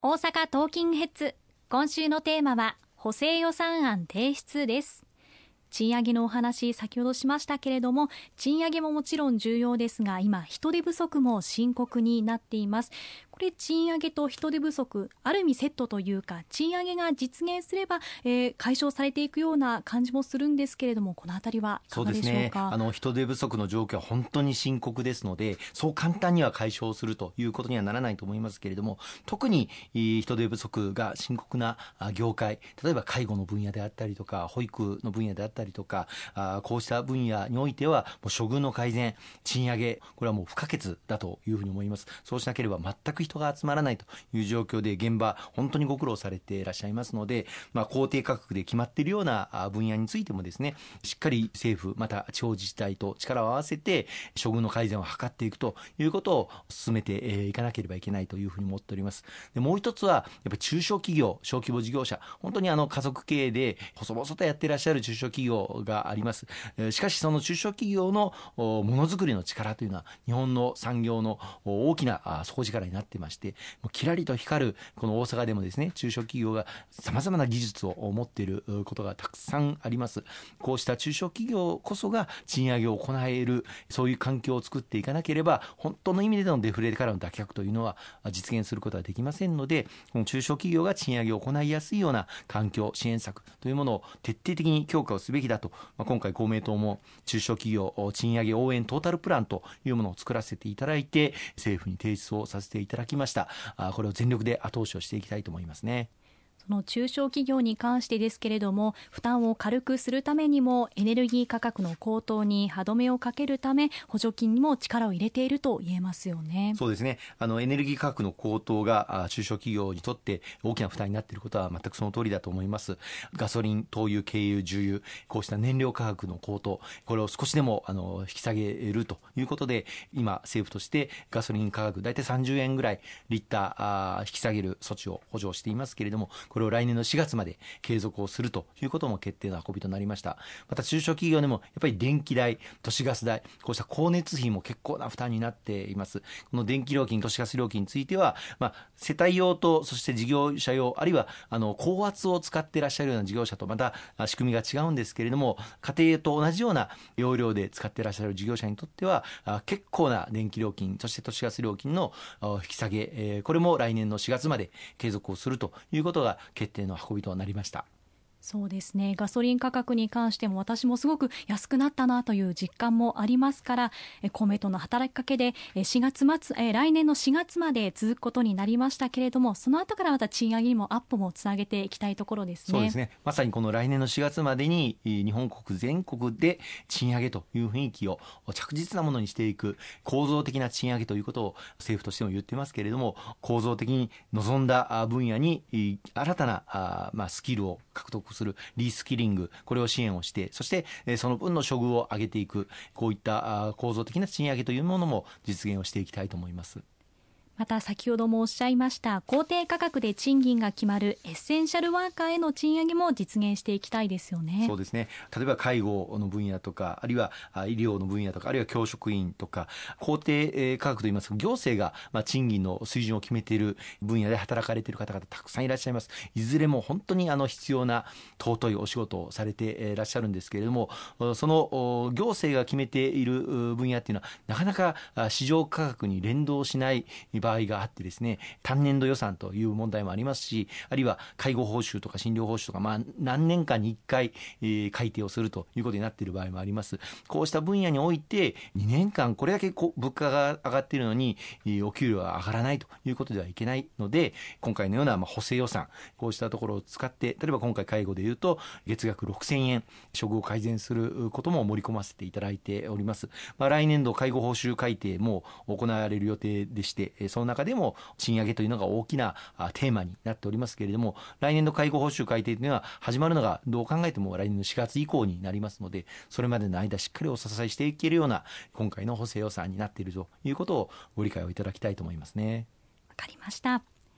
大阪トーキングヘッズ、今週のテーマは補正予算案提出です。賃上げのお話先ほどしましたけれども、賃上げももちろん重要ですが、今人手不足も深刻になっています。これ賃上げと人手不足、ある意味セットというか、賃上げが実現すれば、解消されていくような感じもするんですけれども、このあたりはいかがでしょうか。 そうですね、人手不足の状況は本当に深刻ですので、そう簡単には解消するということにはならないと思いますけれども、特に人手不足が深刻な業界、例えば介護の分野であったりとか、保育の分野であったりとか、こうした分野においてはもう処遇の改善、賃上げ、これはもう不可欠だというふうに思います。そうしなければ全く人が集まらないという状況で、現場本当にご苦労されていらっしゃいますので、公定価格で決まっているような分野についてもですね、しっかり政府また地方自治体と力を合わせて処遇の改善を図っていくということを進めていかなければいけないというふうに思っております。でもう一つはやっぱり中小企業、小規模事業者、本当に家族経営で細々とやっていらっしゃる中小企業があります。しかしその中小企業のものづくりの力というのは日本の産業の大きな底力になっていまして、キラリと光るこの大阪でもですね、中小企業がさまざまな技術を持っていることがたくさんあります。こうした中小企業こそが賃上げを行える、そういう環境を作っていかなければ、本当の意味でのデフレからの脱却というのは実現することはできませんので、この中小企業が賃上げを行いやすいような環境支援策というものを徹底的に強化をすべきだと、今回公明党も中小企業賃上げ応援トータルプランというものを作らせていただいて、政府に提出をさせていただきました。これを全力で後押しをしていきたいと思いますね。 その中小企業に関してですけれども、負担を軽くするためにもエネルギー価格の高騰に歯止めをかけるため、補助金にも力を入れていると言えますよね。 そうですね、エネルギー価格の高騰が中小企業にとって大きな負担になっていることは全くその通りだと思います。ガソリン、灯油、軽油、重油、こうした燃料価格の高騰、これを少しでも引き下げるということで、今政府としてガソリン価格だいたい30円ぐらいリッター引き下げる措置を補助していますけれども、これを来年の4月まで継続をするということも決定の運びとなりました。また中小企業でもやっぱり電気代、都市ガス代、こうした光熱費も結構な負担になっています。この電気料金、都市ガス料金については、世帯用とそして事業者用、あるいは高圧を使っていらっしゃるような事業者とまた仕組みが違うんですけれども、家庭と同じような容量で使っていらっしゃる事業者にとっては結構な電気料金、そして都市ガス料金の引き下げ、これも来年の4月まで継続をするということが決定の運びとなりました。 そうですね、ガソリン価格に関しても私もすごく安くなったなという実感もありますから、公明党の働きかけで4月末、来年の4月まで続くことになりましたけれども、その後からまた賃上げにもアップもつなげていきたいところですね。 そうですね、まさにこの来年の4月までに日本国全国で賃上げという雰囲気を着実なものにしていく、構造的な賃上げということを政府としても言ってますけれども、構造的に望んだ分野に新たなスキルを獲得するリスキリング、これを支援をして、そしてその分の処遇を上げていく、こういった構造的な賃上げというものも実現をしていきたいと思います。 また先ほどもおっしゃいました公定価格で賃金が決まるエッセンシャルワーカーへの賃上げも実現していきたいですよね。 そうですね、例えば介護の分野とか、あるいは医療の分野とか、あるいは教職員とか、公定価格といいますか、行政が賃金の水準を決めている分野で働かれている方々たくさんいらっしゃいます。いずれも本当に必要な尊いお仕事をされていらっしゃるんですけれども、その行政が決めている分野っていうのはなかなか市場価格に連動しない場合があってですね、単年度予算という問題もありますし、あるいは介護報酬とか診療報酬とか、何年間に1回、改定をするということになっている場合もあります。こうした分野において2年間これだけ物価が上がっているのにお給料が上がらないということではいけないので、今回のような補正予算、こうしたところを使って、例えば今回介護でいうと月額6000円処遇を改善することも盛り込ませていただいております。来年度介護報酬改定も行われる予定でして、その中でも賃上げというのが大きなテーマになっておりますけれども、来年度介護報酬改定というのは始まるのがどう考えても来年の4月以降になりますので、それまでの間しっかりお支えしていけるような今回の補正予算になっているということをご理解をいただきたいと思いますね。 わかりました。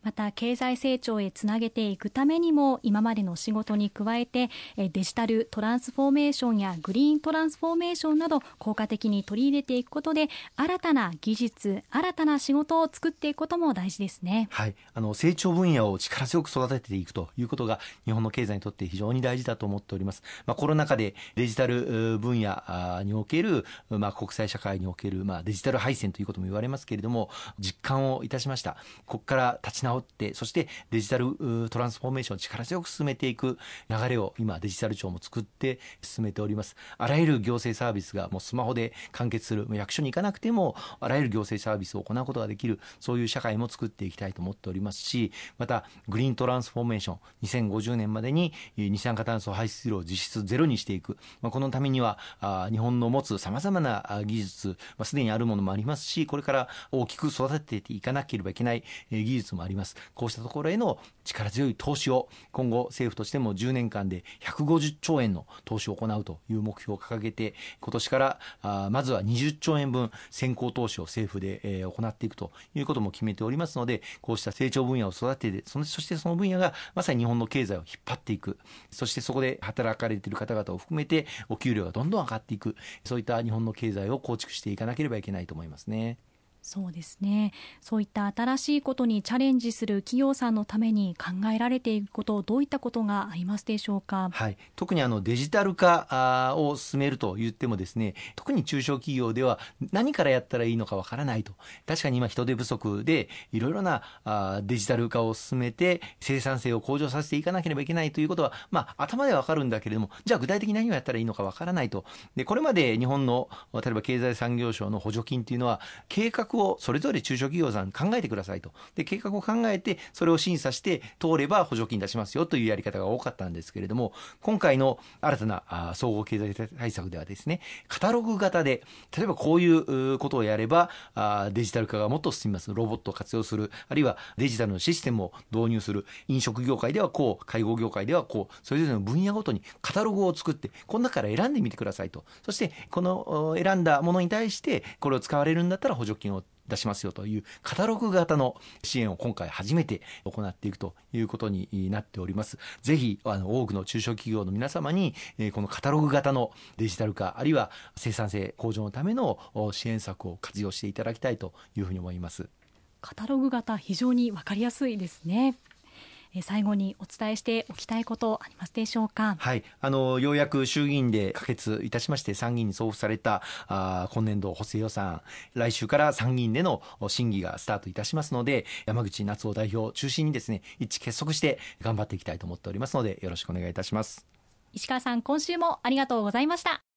また経済成長へつなげていくためにも今までの仕事に加えてデジタルトランスフォーメーションやグリーントランスフォーメーションなど効果的に取り入れていくことで新たな技術、新たな仕事を作っていくことも大事ですね。 はい、成長分野を力強く育てていくということが日本の経済にとって非常に大事だと思っております。コロナ禍でデジタル分野における、国際社会における、デジタル敗戦ということも言われますけれども、実感をいたしました。ここから立ち直って、そしてデジタルトランスフォーメーションを力強く進めていく流れを今デジタル庁も作って進めております。あらゆる行政サービスがもうスマホで完結する、役所に行かなくてもあらゆる行政サービスを行うことができる、そういう社会も作っていきたいと思っておりますし、またグリーントランスフォーメーション、2050年までに二酸化炭素排出量を実質ゼロにしていく、このためには日本の持つさまざまな技術、すでにあるものもありますし、これから大きく育てていかなければいけない技術もあります。こうしたところへの力強い投資を今後政府としても10年間で150兆円の投資を行うという目標を掲げて、今年からまずは20兆円分先行投資を政府で行っていくということも決めておりますので、こうした成長分野を育てて、そしてその分野がまさに日本の経済を引っ張っていく、そしてそこで働かれている方々を含めてお給料がどんどん上がっていく、そういった日本の経済を構築していかなければいけないと思いますね。 そうですね。そういった新しいことにチャレンジする企業さんのために考えられていること、どういったことがありますでしょうか。 はい、特にデジタル化を進めると言ってもですね、特に中小企業では何からやったらいいのかわからないと。確かに今人手不足でいろいろなデジタル化を進めて生産性を向上させていかなければいけないということは、頭でわかるんだけれども、じゃあ具体的に何をやったらいいのかわからないと。で、これまで日本の例えば経済産業省の補助金というのは計画をそれぞれ中小企業さん考えてくださいと。で、計画を考えてそれを審査して通れば補助金出しますよというやり方が多かったんですけれども、今回の新たな総合経済対策ではですね、カタログ型で例えばこういうことをやればデジタル化がもっと進みます。ロボットを活用する、あるいはデジタルのシステムを導入する、飲食業界ではこう、介護業界ではこう、それぞれの分野ごとにカタログを作って、この中から選んでみてくださいと。そしてこの選んだものに対してこれを使われるんだったら補助金を出しますよというカタログ型の支援を今回初めて行っていくということになっております。ぜひ多くの中小企業の皆様にこのカタログ型のデジタル化、あるいは生産性向上のための支援策を活用していただきたいというふうに思います。 カタログ型、非常に分かりやすいですね。最後にお伝えしておきたいことありますでしょうか。 はい、ようやく衆議院で可決いたしまして参議院に送付された今年度補正予算、来週から参議院での審議がスタートいたしますので、山口那津男代表を中心にですね、一致結束して頑張っていきたいと思っておりますので、よろしくお願いいたします。 石川さん、今週もありがとうございました。